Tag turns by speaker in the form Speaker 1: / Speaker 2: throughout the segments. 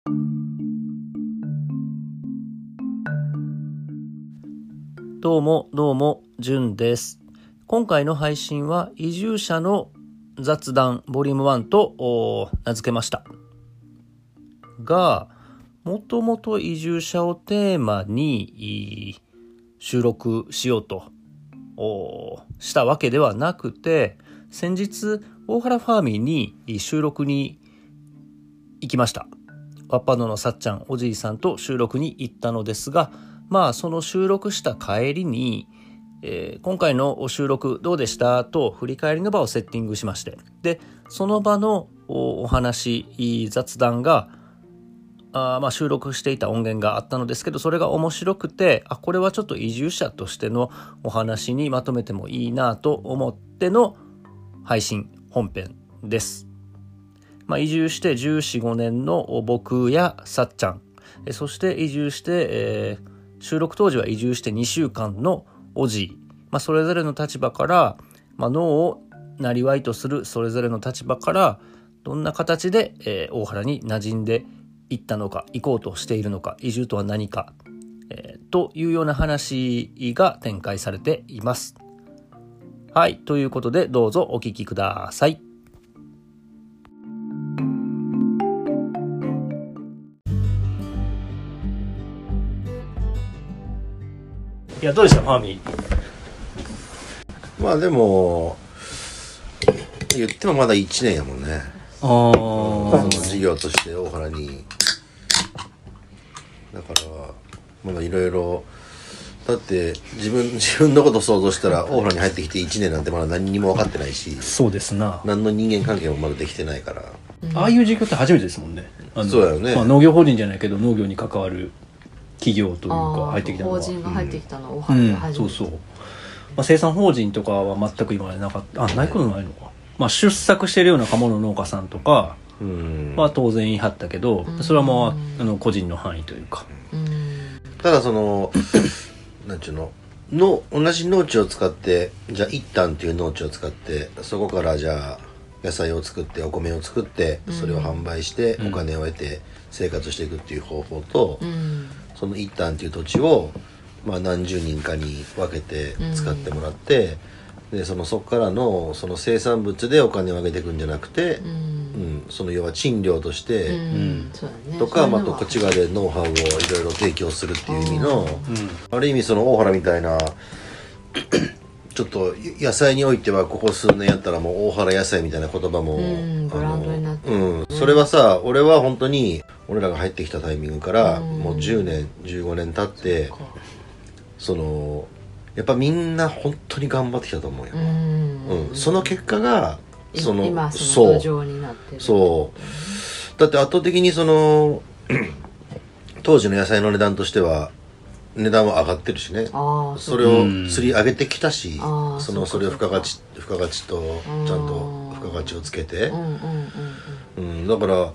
Speaker 1: どうも、じゅんです。今回の配信は移住者の雑談ボリューム1と名付けましたが、もともと移住者をテーマに収録しようとしたわけではなくて、先日大原ファーミーに収録に行きました。ワッパノのさっちゃんおじいさんと収録に行ったのですが、その収録した帰りに、今回の収録どうでしたと振り返りの場をセッティングしまして、でその場のお話雑談が収録していた音源があったのですけど、それが面白くて、これはちょっと移住者としてのお話にまとめてもいいなと思っての配信本編です。移住して14、15年の僕やさっちゃん、そして移住して、収録当時は移住して2週間のおじい、それぞれの立場から、脳をなりわいとするそれぞれの立場からどんな形で、大原に馴染んでいったのか、行こうとしているのか、移住とは何か、というような話が展開されています。はい、ということでどうぞお聞きください。いや、どうでしたファーミー。
Speaker 2: でも言ってもまだ1年やもんね。その事業として大原に、だからまだいろいろ、だって自分のこと想像したら大原に入ってきて1年なんてまだ何にも分かってないし、
Speaker 1: そうですな、
Speaker 2: 何の人間関係もまだできてないから、
Speaker 3: ああいう事業って初めてですもんね。
Speaker 2: そうだよね、
Speaker 3: 農業法人じゃないけど農業に関わる企業というか入ってきたのは、
Speaker 4: 法人が入ってきたのは大原で初めて、
Speaker 3: そうそう、生産法人とかは全く今までなかった。ないことないのか、出作してるような鴨の農家さんとかは当然言い張ったけど、それはもう個人の範囲というか、
Speaker 2: ただそのなんちゅうの同じ農地を使って、じゃあ一旦っていう農地を使って、そこからじゃあ野菜を作ってお米を作ってそれを販売してお金を得て生活していくっていう方法と、その一旦っていう土地を何十人かに分けて使ってもらって、でそこからのその生産物でお金を上げていくんじゃなくて、その要は賃料として、とか、あとこっち側でノウハウをいろいろ提供するっていう意味の、ある意味その大原みたいなちょっと野菜においてはここ数年やったらもう大原野菜みたいな言葉も、
Speaker 4: ブランドになってる、
Speaker 2: それはさ、俺は本当に俺らが入ってきたタイミングからもう10年15年経って、やっぱみんな本当に頑張ってきたと思うよ、その結果が
Speaker 4: 今その土壌になってる。
Speaker 2: そうだって圧倒的に当時の野菜の値段としては値段は上がってるしね、それを釣り上げてきたし、それを付加価値とちゃんと付加価値をつけて、だから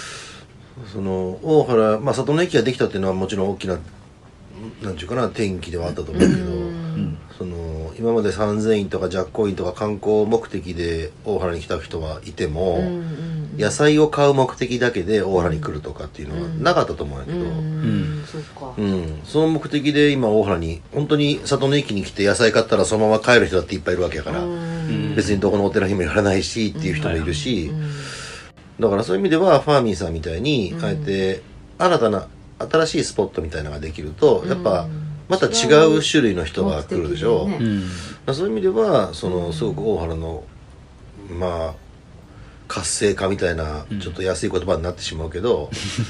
Speaker 2: 大原、里の駅ができたっていうのはもちろん大きななんていうかな転機ではあったと思うけど、今まで三千院とか寂光院とか観光目的で大原に来た人はいても、野菜を買う目的だけで大原に来るとかっていうのはなかったと思うんやけど、その目的で今大原に本当に里の駅に来て野菜買ったらそのまま帰る人だっていっぱいいるわけやから、別にどこのお寺にも寄らないしっていう人もいるし、だからそういう意味ではファーミーさんみたいにあえて新しいスポットみたいなのができると、やっぱまた違う種類の人が来るでしょ、そういう意味ではすごく大原の活性化みたいな、ちょっと安い言葉になってしまうけど、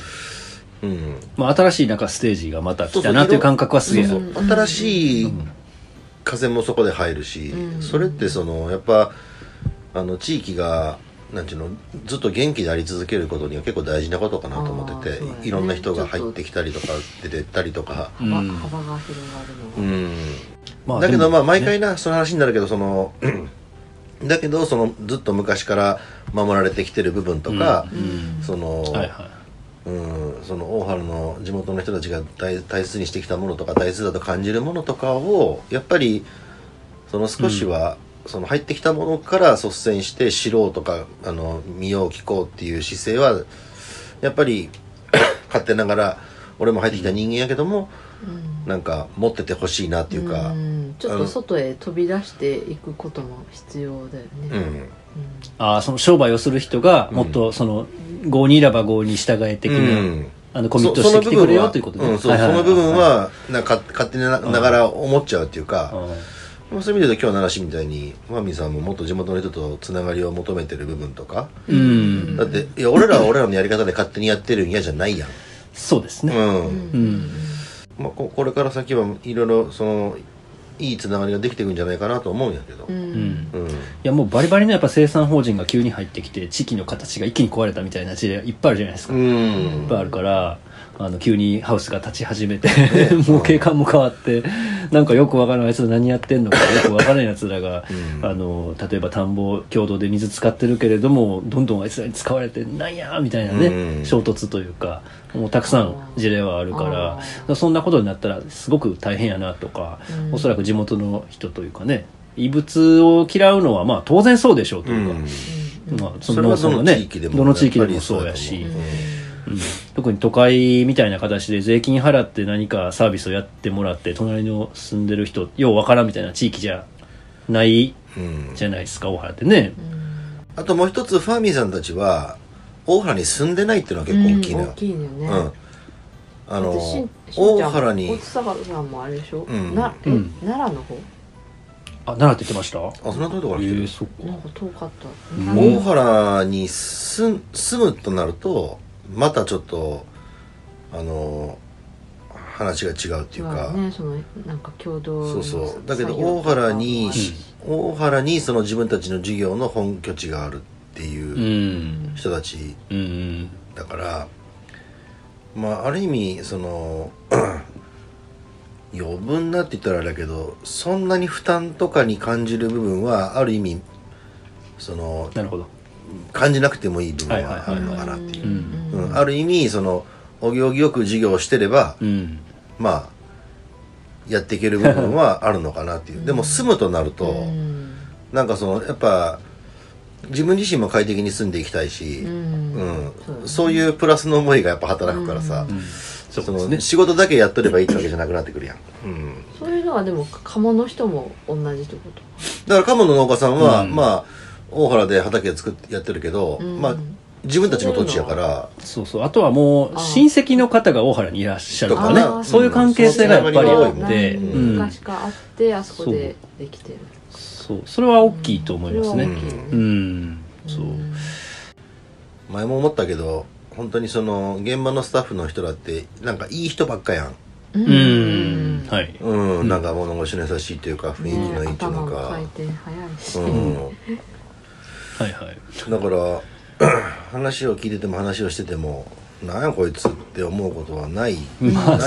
Speaker 3: 新しいステージがまた来たなという感覚はすげえ、
Speaker 2: 新しい風もそこで入るし、それってやっぱ地域がなんていうの、ずっと元気であり続けることには結構大事なことかなと思ってて、いろんな人が入ってきたりとか出てったりとか、
Speaker 4: 幅が広がるの、
Speaker 2: だけど毎回その話になるけど、だけどずっと昔から守られてきてる部分とか、大原の地元の人たちが大切にしてきたものとか大切だと感じるものとかをやっぱり少しは、入ってきたものから率先して知ろうとか見よう聞こうっていう姿勢はやっぱり勝手ながら俺も入ってきた人間やけども、なんか持っててほしいなっていうか、
Speaker 4: ちょっと外へ飛び出していくことも必要だよね。
Speaker 3: その商売をする人がもっとその郷にいれば郷に従え的な、コミットしてきてくれよということで、
Speaker 2: その部分はなんか勝手ながら思っちゃうっていうか、そういう意味で今日の話みたいにファミさんももっと地元の人とつながりを求めてる部分とか、だっていや俺らは俺らのやり方で勝手にやってるんやじゃないやん。
Speaker 3: そうですね。
Speaker 2: まあ、これから先はいろいろそのいいつながりができていくんじゃないかなと思うんやけど、
Speaker 3: いやもうバリバリのやっぱ生産法人が急に入ってきて地域の形が一気に壊れたみたいな事例いっぱいあるじゃないですか。いっぱいあるから急にハウスが立ち始めてもう景観も変わってなんかよくわからないやつら何やってんのかよくわからないやつらが、例えば田んぼ共同で水使ってるけれどもどんどんあいつらに使われてなんやみたいなね、衝突というかもうたくさん事例はあるからそんなことになったらすごく大変やなとか、おそらく地元の人というかね異物を嫌うのはまあ当然そうでしょうというか、その農村がねどの地域でもそうやし、特に都会みたいな形で税金払って何かサービスをやってもらって隣の住んでる人ようわからんみたいな地域じゃないじゃないですか、大原ってね。
Speaker 2: あともう一つファーミーさんたちは大原に住んでないっていうのは結構大きいのよ。
Speaker 4: 大きいのよね。
Speaker 2: 大原に
Speaker 4: 大阪さんもあれでしょ、奈良の方
Speaker 3: 奈良って言ってました。
Speaker 2: そんなところから来てる。
Speaker 3: そっか。
Speaker 4: なんか遠かった。
Speaker 2: 大原に住むとなるとまたちょっと話が違うっていうか、
Speaker 4: ね、そのなんか共同
Speaker 2: そうだけど大原にその自分たちの事業の本拠地があるっていう人たちだから、まあある意味その余分なって言ったらあれだけどそんなに負担とかに感じる部分はある意味その
Speaker 3: なるほど
Speaker 2: 感じなくてもいい部分はあるのかなっていう、ある意味そのお行儀よく事業をしてれば、まあやっていける部分はあるのかなっていうでも住むとなると、なんかそのやっぱ自分自身も快適に住んでいきたいし、そういうプラスの思いがやっぱ働くからさ、その仕事だけやっとればいいってわけじゃなくなってくるやん、
Speaker 4: そういうのはでも鴨の人も同じってこと
Speaker 2: だから鴨の農家さんは、まあ大原で畑作ってやってるけど、まあ自分たちの土地やから、
Speaker 3: あとはもう親戚の方が大原にいらっしゃるからね、そういう関係性がやっぱりあって、
Speaker 4: 昔からあってあそこでできてる。
Speaker 3: それは大きいと思いますね。
Speaker 2: 前も思ったけど本当にその現場のスタッフの人だってなんかいい人ばっかやん。なんか物腰の優しいというか雰囲気のいいというのか、
Speaker 4: 回転早いし、
Speaker 2: だから話を聞いてても話をしててもなんやこいつって思うことはないから、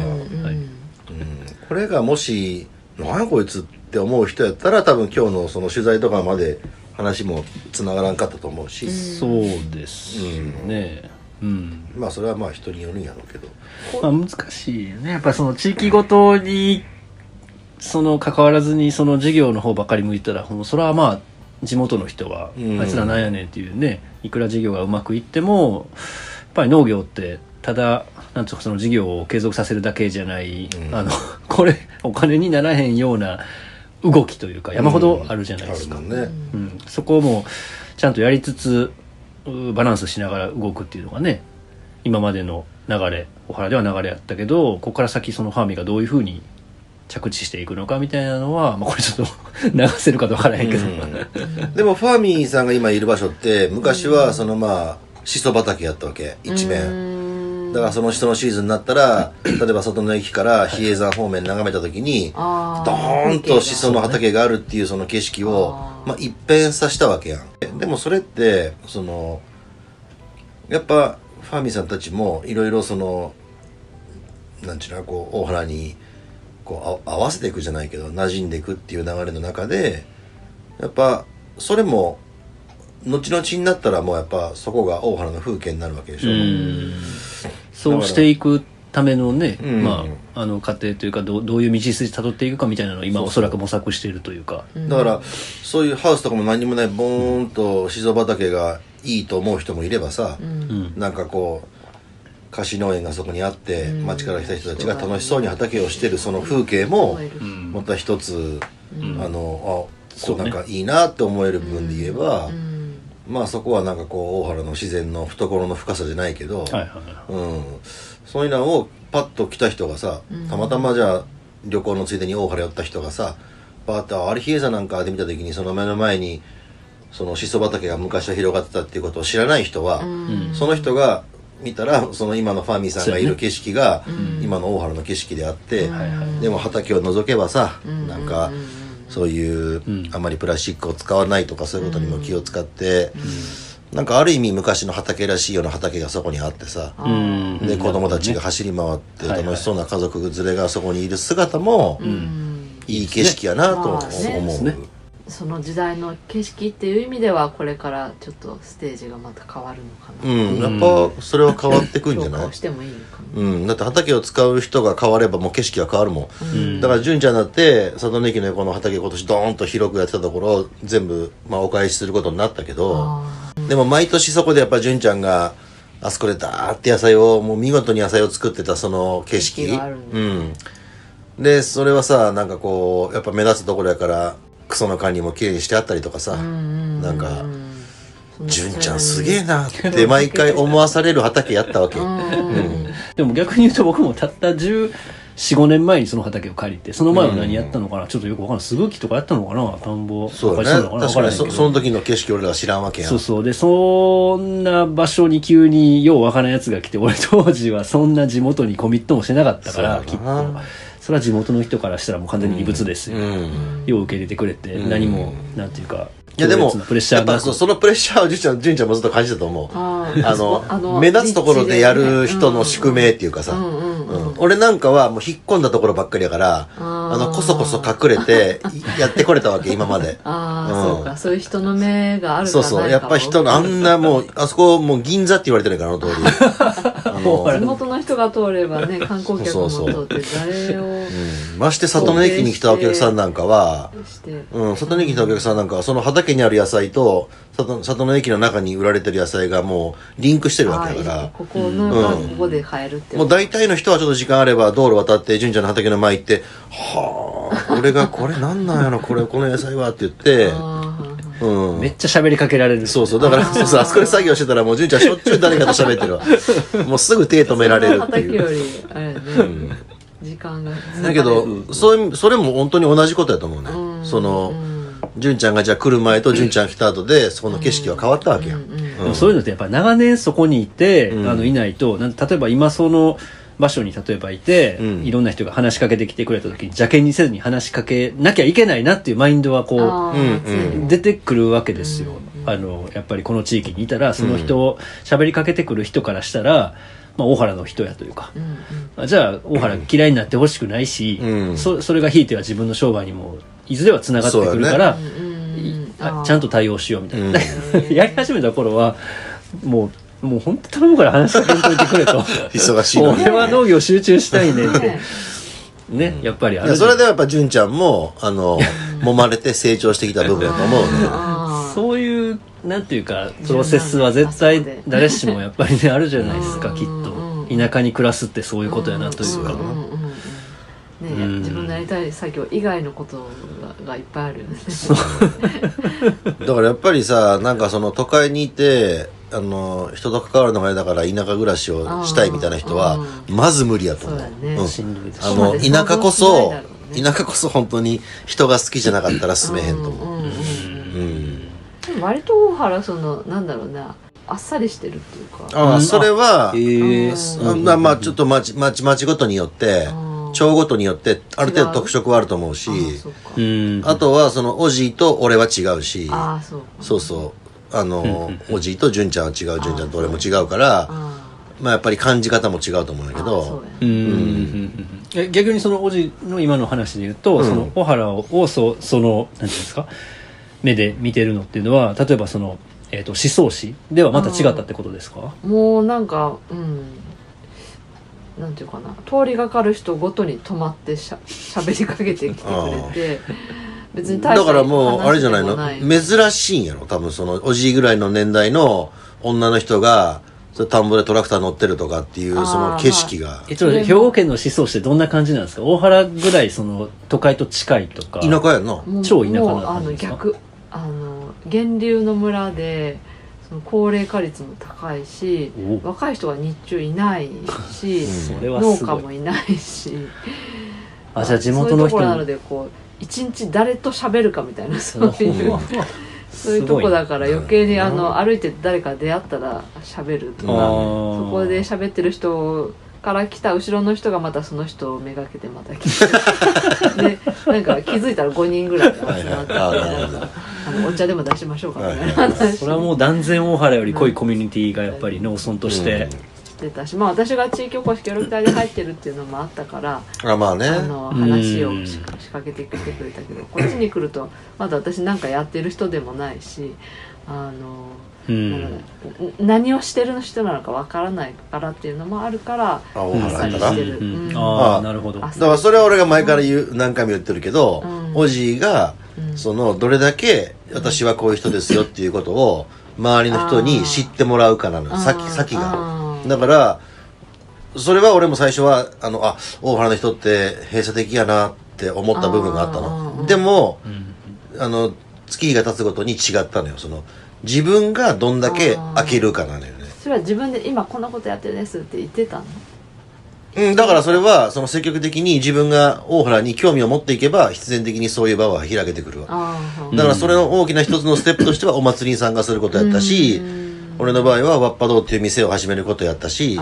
Speaker 2: これがもしなんやこいつって思う人やったら多分今日のその取材とかまで話もつながらんかったと思うし、
Speaker 3: そうですね。
Speaker 2: まあそれはまあ人によるんやろうけど、
Speaker 3: まあ難しいよね。やっぱその地域ごとにその関わらずにその事業の方ばかり向いたらそれはまあ地元の人はあいつらなんやねんっていうね、いくら事業がうまくいってもやっぱり農業ってただなんとかその事業を継続させるだけじゃない、これお金にならへんような動きというか山ほどあるじゃないですか、そこをもうちゃんとやりつつバランスしながら動くっていうのがね今までの流れ大原では流れやったけどここから先そのファーミーがどういうふうに着地していくのかみたいなのは、これちょっと流せるか分からへんけど、
Speaker 2: でもファーミーさんが今いる場所って昔はそのまあシソ畑やったわけ一面だからそのシソのシーズンになったら例えば外の駅から比叡山方面眺めた時にドーンとシソの畑があるっていうその景色を一変させたわけやん。でもそれってそのやっぱファーミーさんたちもいろいろそのなんちゅうのこう大原にこう合わせていくじゃないけど馴染んでいくっていう流れの中でやっぱそれも後々になったらもうやっぱそこが大原の風景になるわけでしょ。
Speaker 3: そうしていくためのね、過程というかどういう道筋たどっていくかみたいなのを今おそらく模索しているというか、
Speaker 2: だからそういうハウスとかも何もないボーンとシソ畑がいいと思う人もいればさ、なんかこう貸し農園がそこにあって、
Speaker 4: うん
Speaker 2: 町から来た人たちが楽しそうに畑をしてるその風景もまた一つ、こうなんかいいなって思える部分で言えば、まあそこはなんかこう大原の自然の懐の深さじゃないけど、
Speaker 3: はいはい
Speaker 2: そういうのをパッと来た人がさ、たまたまじゃあ旅行のついでに大原寄った人がさ、パーッとあれ比叡山なんかで見た時にその目の前にそのシソ畑が昔は広がってたっていうことを知らない人は、その人が見たらその今のファーミーさんがいる景色が今の大原の景色であって、でも畑を除けばさ、なんかそういうあまりプラスチックを使わないとかそういうことにも気を使って、なんかある意味昔の畑らしいような畑がそこにあってさ、で子供たちが走り回って楽しそうな家族連れがそこにいる姿もいい景色やなと思う。
Speaker 4: その時代の景色っていう意味ではこれからちょっとステージがまた変わるのかな、
Speaker 2: やっぱそれは変わってくんじゃない？
Speaker 4: 評価をしてもいいのかな、
Speaker 2: だって畑を使う人が変わればもう景色は変わるもん、だから純ちゃんだって里の駅の横の畑今年ドーンと広くやってたところを全部、お返しすることになったけど、でも毎年そこでやっぱ純ちゃんがあそこでダーって野菜をもう見事に野菜を作ってたその景色
Speaker 4: がある
Speaker 2: でそれはさなんかこうやっぱ目立つところやからクソの管理もきれいにしてあったりとかさ、なんか純ちゃんすげえなって毎回思わされる畑やったわけ、
Speaker 3: でも逆に言うと僕もたった14、15年前にその畑を借りて、その前は何やったのかな、ちょっとよくわかんない。すぐきとかやったのかな、田んぼ
Speaker 2: そう
Speaker 3: とかしたのかな、
Speaker 2: だね、確かにその時の景色俺らは知らんわけやん。
Speaker 3: そうそう。で、そんな場所に急にようわからんやつが来て、俺当時はそんな地元にコミットもしてなかったから、きっと。それは地元の人からしたらもう完全に異物ですよ。よう受け入れてくれて、何も、なんていうか、
Speaker 2: いやでも
Speaker 3: プレッシャーが
Speaker 2: やっぱそのプレッシャーを純ちゃんもずっと感じたと思う。目立つところでやる人の宿命っていうかさ、俺なんかはもう引っ込んだところばっかりやからこそこそ隠れてやってこれたわけ今まで。
Speaker 4: そうか、そういう人の目があるかないかも。
Speaker 2: そうそう、やっぱ人のあんなもうあそこもう銀座って言われてるからあの通り
Speaker 4: 地元の人が通ればね、観光客も通って誰を
Speaker 2: まして里の駅に来たお客さんなんかは里の駅に来たお客さんなんかはその畑にある野菜と里の駅の中に売られてる野菜がもうリンクしてるわけだから
Speaker 4: ここのここで買えるって
Speaker 2: もう大体の人はちょっと時間あれば道路渡って純ちゃんの畑の前行ってはあ俺がこれなんなんやろこの野菜はって言って
Speaker 3: めっちゃ喋りかけられる。
Speaker 2: そうそう、だからそうそうあそこで作業してたらもう純ちゃんしょっちゅう誰かと喋ってるわもうすぐ手止められるっていう
Speaker 4: 畑よりあれね時間が
Speaker 2: だけどそれも本当に同じことやと思うね。その純ちゃんがじゃあ来る前と純ちゃん来た後でそこの景色は変わったわけやん。
Speaker 3: そういうのってやっぱり長年そこにいていないと、例えば今その場所に例えばいて、いろんな人が話しかけてきてくれた時に邪険にせずに話しかけなきゃいけないなっていうマインドはこう出てくるわけですよ。やっぱりこの地域にいたらその人を喋りかけてくる人からしたら、大原の人やというか、じゃあ大原嫌いになってほしくないし、それがひいては自分の商売にもいずれはつながってくるから、ちゃんと対応しようみたいな、やり始めた頃はもう本当頼むから話しかけんといてくれと
Speaker 2: 忙しいのに
Speaker 3: 俺は農業集中したいねってね、やっぱりある。
Speaker 2: それではやっぱ純ちゃんも揉まれて成長してきた部分だと思うね
Speaker 3: そういうなんていうかプロセスは絶対誰しもやっぱりねあるじゃないですか。きっと田舎に暮らすってそういうことやなというか、
Speaker 4: 自分のやりたい作業以外のことがいっぱいあるよね
Speaker 2: だからやっぱりさなんかその都会にいて人と関わるのが嫌だから田舎暮らしをしたいみたいな人はまず無理やと思う。田舎こそ本当に人が好きじゃなかったら住めへんと思う。
Speaker 4: でも割と大原なんだろうな、あっさりしてるっていうか。
Speaker 2: それはまあちょっと町ごとによって町ごとによってある程度特色はあると思うし、あとはそのおじいと俺は違うし、そうおじいと純ちゃんは違う、純ちゃんと俺も違うから、やっぱり感じ方も違うと思うんだけど、
Speaker 3: 逆にそのおじの今の話で言うと、その小原をそのなんていうんですか目で見てるのっていうのは、例えばその思想史ではまた違ったってことですか？
Speaker 4: もうなんかなんていうかな、通りがかる人ごとに止まってしゃべりかけてきてくれて別に大した話でもない。
Speaker 2: だからもうあれじゃないの、珍しいんやろ多分そのおじいぐらいの年代の女の人がそれ田んぼでトラクター乗ってるとかっていうその景色が、
Speaker 3: ちょっと兵庫県の思想ってどんな感じなんですか？大原ぐらいその都会と近いとか。
Speaker 2: 田舎やんな。
Speaker 3: 超田舎な
Speaker 4: もう
Speaker 3: 感じですか？
Speaker 4: 逆源流の村でその高齢化率も高いし、若い人が日中いないし、
Speaker 3: それは
Speaker 4: 農
Speaker 3: すごい。
Speaker 4: 家もいないし、
Speaker 3: じゃあ地元の人
Speaker 4: そういうところなのでこう一日誰と喋るかみたいなそういうそういうとこだから余計に歩いて誰か出会ったら喋るとか、そこで喋ってる人から来た後ろの人がまたその人をめがけてまた来てでなんか気づいたら5人ぐらいが集まってお茶でも出しましょうかみたいな話。
Speaker 3: それはもう断然大原より濃いコミュニティがやっぱり農村として
Speaker 4: してたし、まあ私が地域おこし協力隊で入ってるっていうのもあったから
Speaker 2: まあね、
Speaker 4: 話を仕掛けてきてくれたけど、こっちに来るとまだ私なんかやってる人でもないし、何をしてる人なのかわからないからっていうのもあるから
Speaker 2: 大原やから
Speaker 4: してる、
Speaker 3: なるほど。
Speaker 2: だからそれは俺が前から何回も言ってるけど、おじいがそのどれだけ私はこういう人ですよっていうことを周りの人に知ってもらうかなの、先が。だからそれは俺も最初は大原の人って閉鎖的やなって思った部分があったの。でも月日が経つごとに違ったのよ。その自分がどんだけ開けるかなのよね。
Speaker 4: それは自分で今こんなことやってるんですって言ってたの？
Speaker 2: だからそれはその積極的に自分が大原に興味を持っていけば必然的にそういう場は開けてくるわ。だからそれの大きな一つのステップとしてはお祭りに参加することやったし、俺の場合はワッパ堂っていう店を始めることやったし、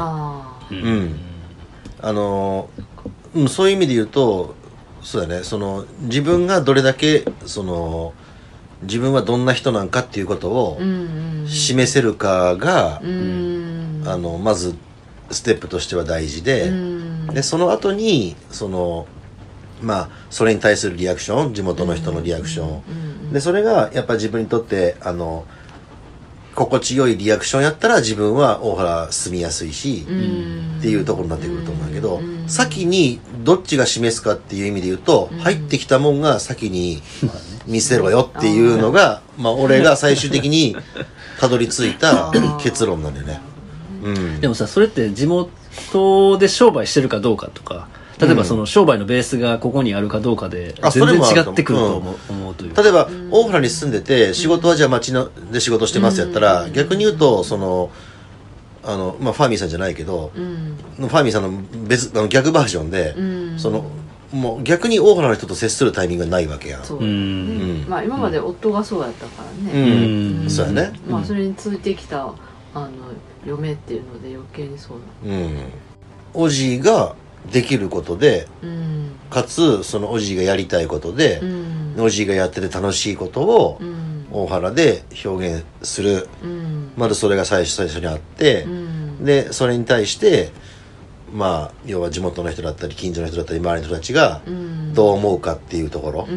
Speaker 2: そういう意味で言うとそうだね、その自分がどれだけその自分はどんな人なんかっていうことを示せるかがまずステップとしては大事で、でその後にそのそれに対するリアクション、地元の人のリアクションで、それがやっぱ自分にとって心地よいリアクションやったら自分は大原住みやすいしっていうところになってくると思うんだけど、先にどっちが示すかっていう意味で言うと、入ってきたもんが先に見せろよっていうのが俺が最終的にたどり着いた結論なんだよね。
Speaker 3: でもさ、それって地元で商売してるかどうかとか、例えばその商売のベースがここにあるかどうかで全然違ってくると思うというか、
Speaker 2: 例えば大原に住んでて仕事はじゃあ町で仕事してますやったら、逆に言うとそのファーミーさんじゃないけど、ファーミーさんの逆バージョンで、そのもう逆に大原の人と接するタイミングがないわけやん。
Speaker 4: そうね、今まで夫がそうやったからね、
Speaker 2: そうやね、
Speaker 4: それについてきた嫁っていうので余計にそうな
Speaker 2: おじいができることで、かつそのおじいがやりたいことで、おじいがやってて楽しいことを大原で表現する、まずそれが最初にあって、でそれに対して要は地元の人だったり近所の人だったり周りの人たちがどう思うかっていうところ、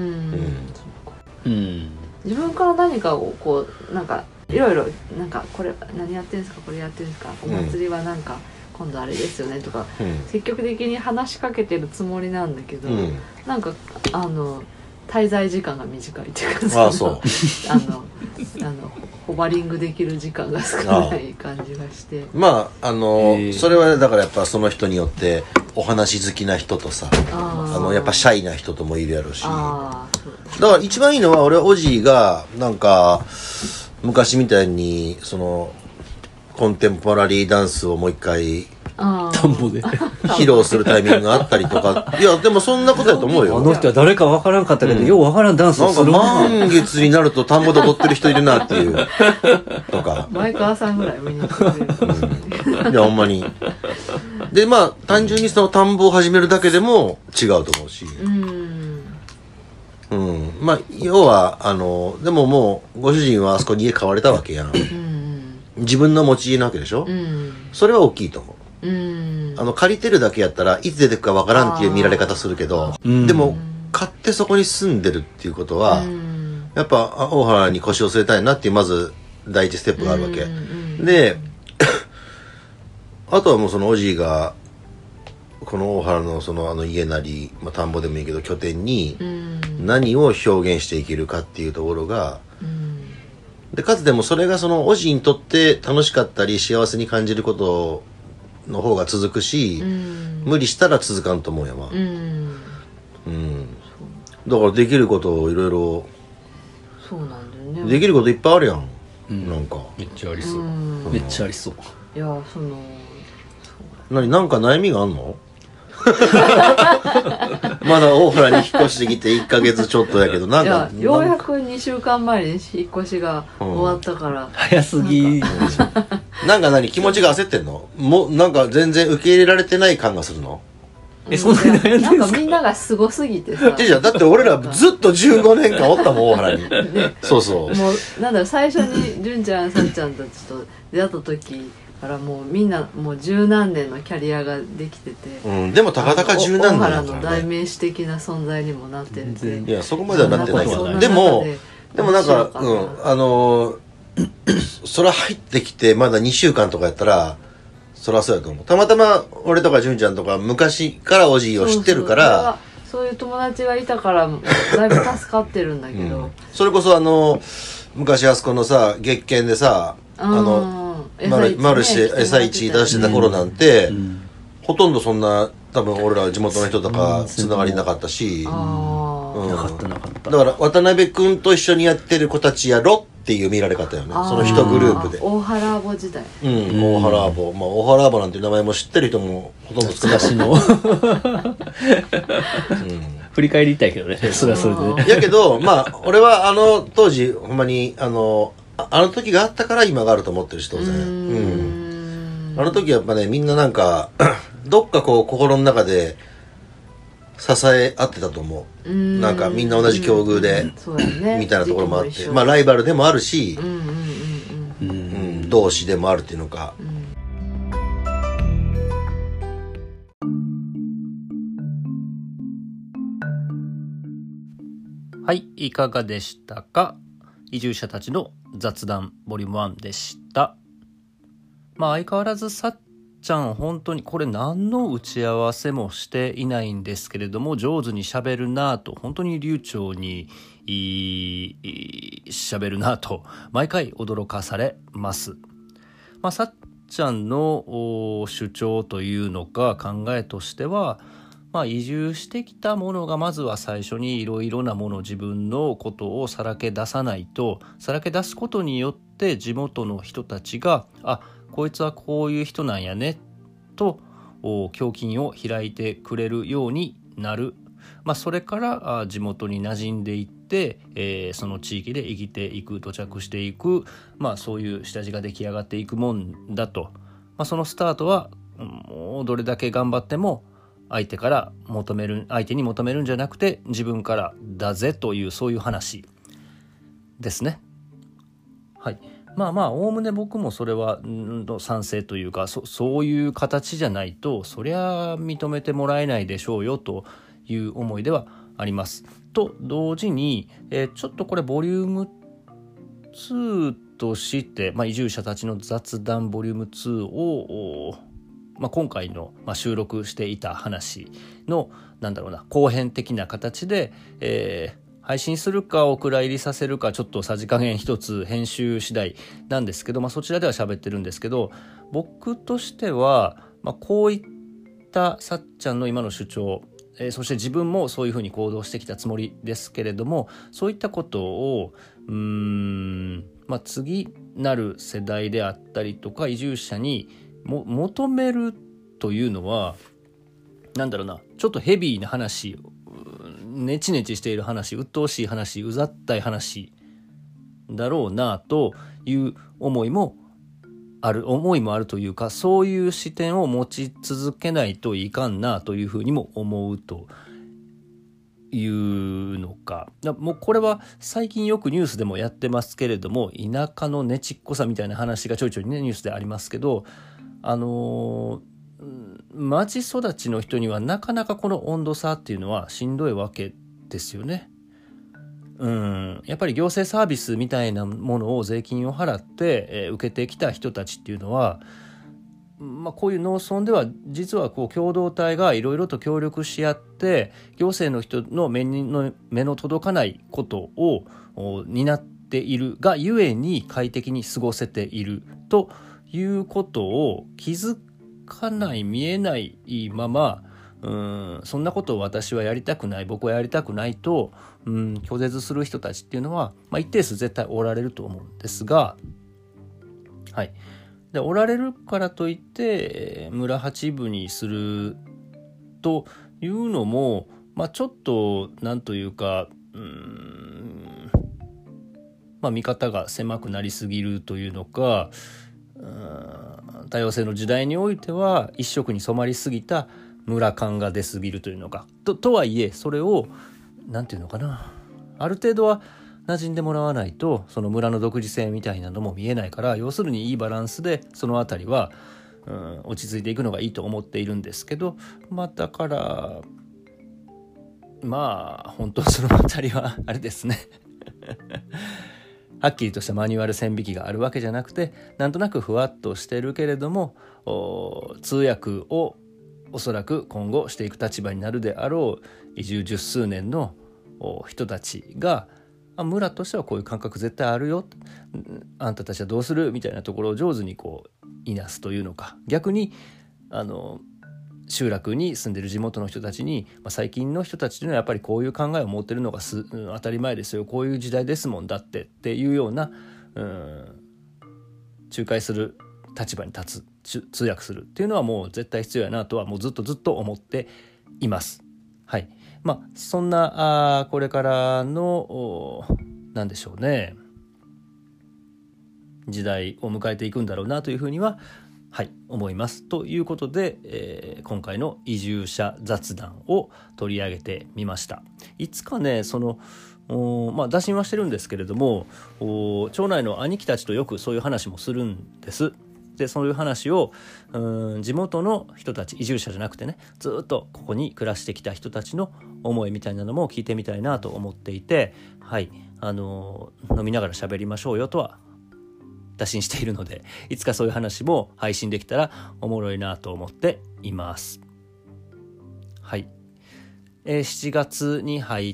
Speaker 4: 自分から何かをこうなんかいろいろなんかこれ何やってるんですか、これやってるんですか、お祭りはなんか今度あれですよねとか、積極的に話しかけてるつもりなんだけど、なんか滞在時間が短いっていうか、ホバリングできる時間が少ない感じがして、
Speaker 2: それはだからやっぱその人によってお話好きな人とさ、やっぱシャイな人ともいるやろうし、だから一番いいのは俺はおじいがなんか昔みたいにそのコンテンポラリーダンスをもう一回
Speaker 3: 田んぼで
Speaker 2: 披露するタイミングがあったりとか、いやでもそんなことだと思うよ。
Speaker 3: あの人は誰か分からんかったけど、よう分からんダンスをする
Speaker 2: なんか満月になると田んぼで踊ってる人いるなっていうとか、
Speaker 4: 前川さんぐらい見に来てくれる
Speaker 2: いやほんまに。で単純にその田んぼを始めるだけでも違うと思うし、要はでももうご主人はあそこに家買われたわけやん、自分の持ち家なわけでしょ、それは大きいと思う。借りてるだけやったらいつ出てくかわからんっていう見られ方するけど、でも買ってそこに住んでるっていうことは、やっぱ大原に腰を据えたいなっていうまず第一ステップがあるわけ、であとはもうそのおじいがこの大原のその家なり、田んぼでもいいけど拠点に何を表現していけるかっていうところが、 でかつでもそれがそのおじにとって楽しかったり幸せに感じることの方が続くし、無理したら続かんと思うやわ。だからできることをいろいろ、
Speaker 4: そうなんだよね。
Speaker 2: できることいっぱいあるやん。なんか
Speaker 3: めっちゃありそう、めっちゃありそう。
Speaker 4: いやその
Speaker 2: なんか悩みがあんの？まだ大原に引っ越してきて1ヶ月ちょっとやけど、なんか
Speaker 4: いやようやく2週間前に引っ越しが終わったから、
Speaker 3: 早すぎ。
Speaker 2: なんか気持ちが焦ってんの？もうなんか全然受け入れられてない感がするの？
Speaker 3: そんなに悩んでんすか？
Speaker 4: なんかみんながすごすぎてさ。
Speaker 2: じゃだって俺らずっと15年間おったもん、大原に。そうそう。
Speaker 4: もうなんだろう、最初に純ちゃんさっちゃんたちと出会った時からもうみんなもう十何年のキャリアができてて、
Speaker 2: でもたかだか十何年だからね。
Speaker 4: 大原の代名詞的な存在にもなってるんで。
Speaker 2: いやそこまではなってないけど、
Speaker 4: そんな
Speaker 2: でもなんかそれ入ってきてまだ2週間とかやったらそりゃそうやと思う。たまたま俺とか純ちゃんとか昔からおじいを知ってるから、
Speaker 4: そういう友達がいたからだいぶ助かってるんだけど、
Speaker 2: それこそ昔あそこのさ月券でさマルシェ餌市出してた頃なんて、ほとんどそんな多分俺ら地元の人とかつながりなかったし、
Speaker 3: なかった
Speaker 2: だから渡辺君と一緒にやってる子たちやろっていう見られ方よね、その一グループで。
Speaker 4: 大原アボ時代。
Speaker 2: 大原アボ、大原アボなんていう名前も知ってる人もほとんど少なかった。
Speaker 3: 振り返りたいけどね、それはそれでね。
Speaker 2: やけど俺は当時ほんまにあの時があったから今があると思ってるし、当然。あの時やっぱね、みんななんかどっかこう心の中で支え合ってたと思う。なんかみんな同じ境遇で、みたいなところもあって、ライバルでもあるし、同志でもあるっていうのか。
Speaker 1: はい、いかがでしたか？移住者たちの雑談ボリューム1でした。相変わらずさっちゃん本当にこれ何の打ち合わせもしていないんですけれども、上手に喋るなぁと、本当に流暢に喋るなぁと毎回驚かされます。さっちゃんの主張というのか考えとしては、移住してきたものがまずは最初にいろいろなもの、自分のことをさらけ出さないと、さらけ出すことによって地元の人たちがこいつはこういう人なんやねと胸襟を開いてくれるようになる。それから地元に馴染んでいって、その地域で生きていく、土着していく、そういう下地が出来上がっていくもんだと。そのスタートはもうどれだけ頑張っても相手に求めるんじゃなくて自分からだぜという、そういう話ですね。はい。おおむね僕もそれは賛成というか、そういう形じゃないとそりゃ認めてもらえないでしょうよという思いではあります。と同時に、ちょっとこれボリューム2として、移住者たちの雑談ボリューム2を今回の収録していた話の後編的な形で、配信するかお蔵入りさせるかちょっとさじ加減一つ編集次第なんですけど、そちらでは喋ってるんですけど、僕としては、こういったさっちゃんの今の主張、そして自分もそういうふうに行動してきたつもりですけれども、そういったことを次なる世代であったりとか移住者に求めるというのはちょっとヘビーな話、ネチネチしている話、鬱陶しい話、うざったい話だろうなという思いもあるというか、そういう視点を持ち続けないといかんなというふうにも思うというのか。もうこれは最近よくニュースでもやってますけれども、田舎のねちっこさみたいな話がちょいちょいねニュースでありますけど、町育ちの人にはなかなかこの温度差っていうのはしんどいわけですよね。やっぱり行政サービスみたいなものを税金を払って、受けてきた人たちっていうのは、こういう農村では実は共同体がいろいろと協力し合って行政の人の目の届かないことを担っているがゆえに快適に過ごせているということを気づかない見えないまま、そんなことを私はやりたくない、僕はやりたくないと拒絶する人たちっていうのは、一定数絶対おられると思うんですが、はい、でおられるからといって村八分にするというのも、ちょっとなんというか見方が狭くなりすぎるというのか、多様性の時代においては一色に染まりすぎた村感が出すぎるというのか とはいえ、それをなんていうのかな、ある程度は馴染んでもらわないとその村の独自性みたいなのも見えないから、要するにいいバランスでそのあたりは落ち着いていくのがいいと思っているんですけど、だから本当そのあたりはあれですねはっきりとしたマニュアル線引きがあるわけじゃなくて、なんとなくふわっとしてるけれども通訳をおそらく今後していく立場になるであろう移住十数年の人たちが、村としてはこういう感覚絶対あるよ、あんたたちはどうするみたいなところを上手にいなすというのか、逆に集落に住んでる地元の人たちに、最近の人たちというのはやっぱりこういう考えを持ってるのが当たり前ですよ、こういう時代ですもんだっていうような仲介する立場に立つ、通訳するっていうのはもう絶対必要やなとはもうずっと思っています。はい、そんなこれからのなんでしょうね、時代を迎えていくんだろうなというふうには思います。ということで、今回の移住者雑談を取り上げてみました。いつかね打診はしてるんですけれども、町内の兄貴たちとよくそういう話もするんです。でそういう話を地元の人たち、移住者じゃなくてね、ずっとここに暮らしてきた人たちの思いみたいなのも聞いてみたいなと思っていて、飲みながら喋りましょうよとは打診しているので、いつかそういう話も配信できたらおもろいなと思っています。はい、7月に入って、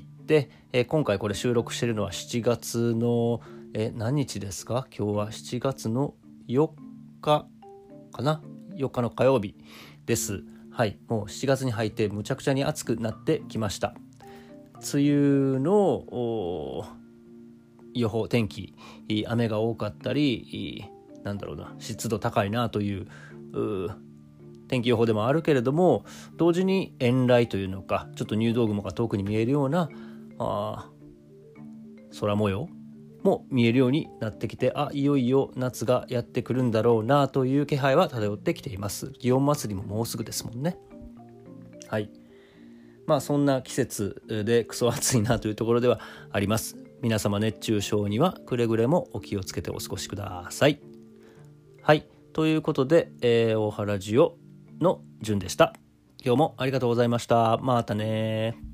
Speaker 1: 今回これ収録しているのは7月の何日ですか？今日は7月の4日かな、4日の火曜日です。はい、もう7月に入ってむちゃくちゃに暑くなってきました。梅雨の予報、天気、雨が多かったり、湿度高いなという天気予報でもあるけれども、同時に遠雷というのか、ちょっと入道雲が遠くに見えるような空模様も見えるようになってきて、いよいよ夏がやってくるんだろうなという気配は漂ってきています。祇園祭りももうすぐですもんね。はい、そんな季節でクソ暑いなというところではあります。皆様熱中症にはくれぐれもお気をつけてお過ごしください。はい、ということで、大原ジオのじゅんでした。今日もありがとうございました。またね。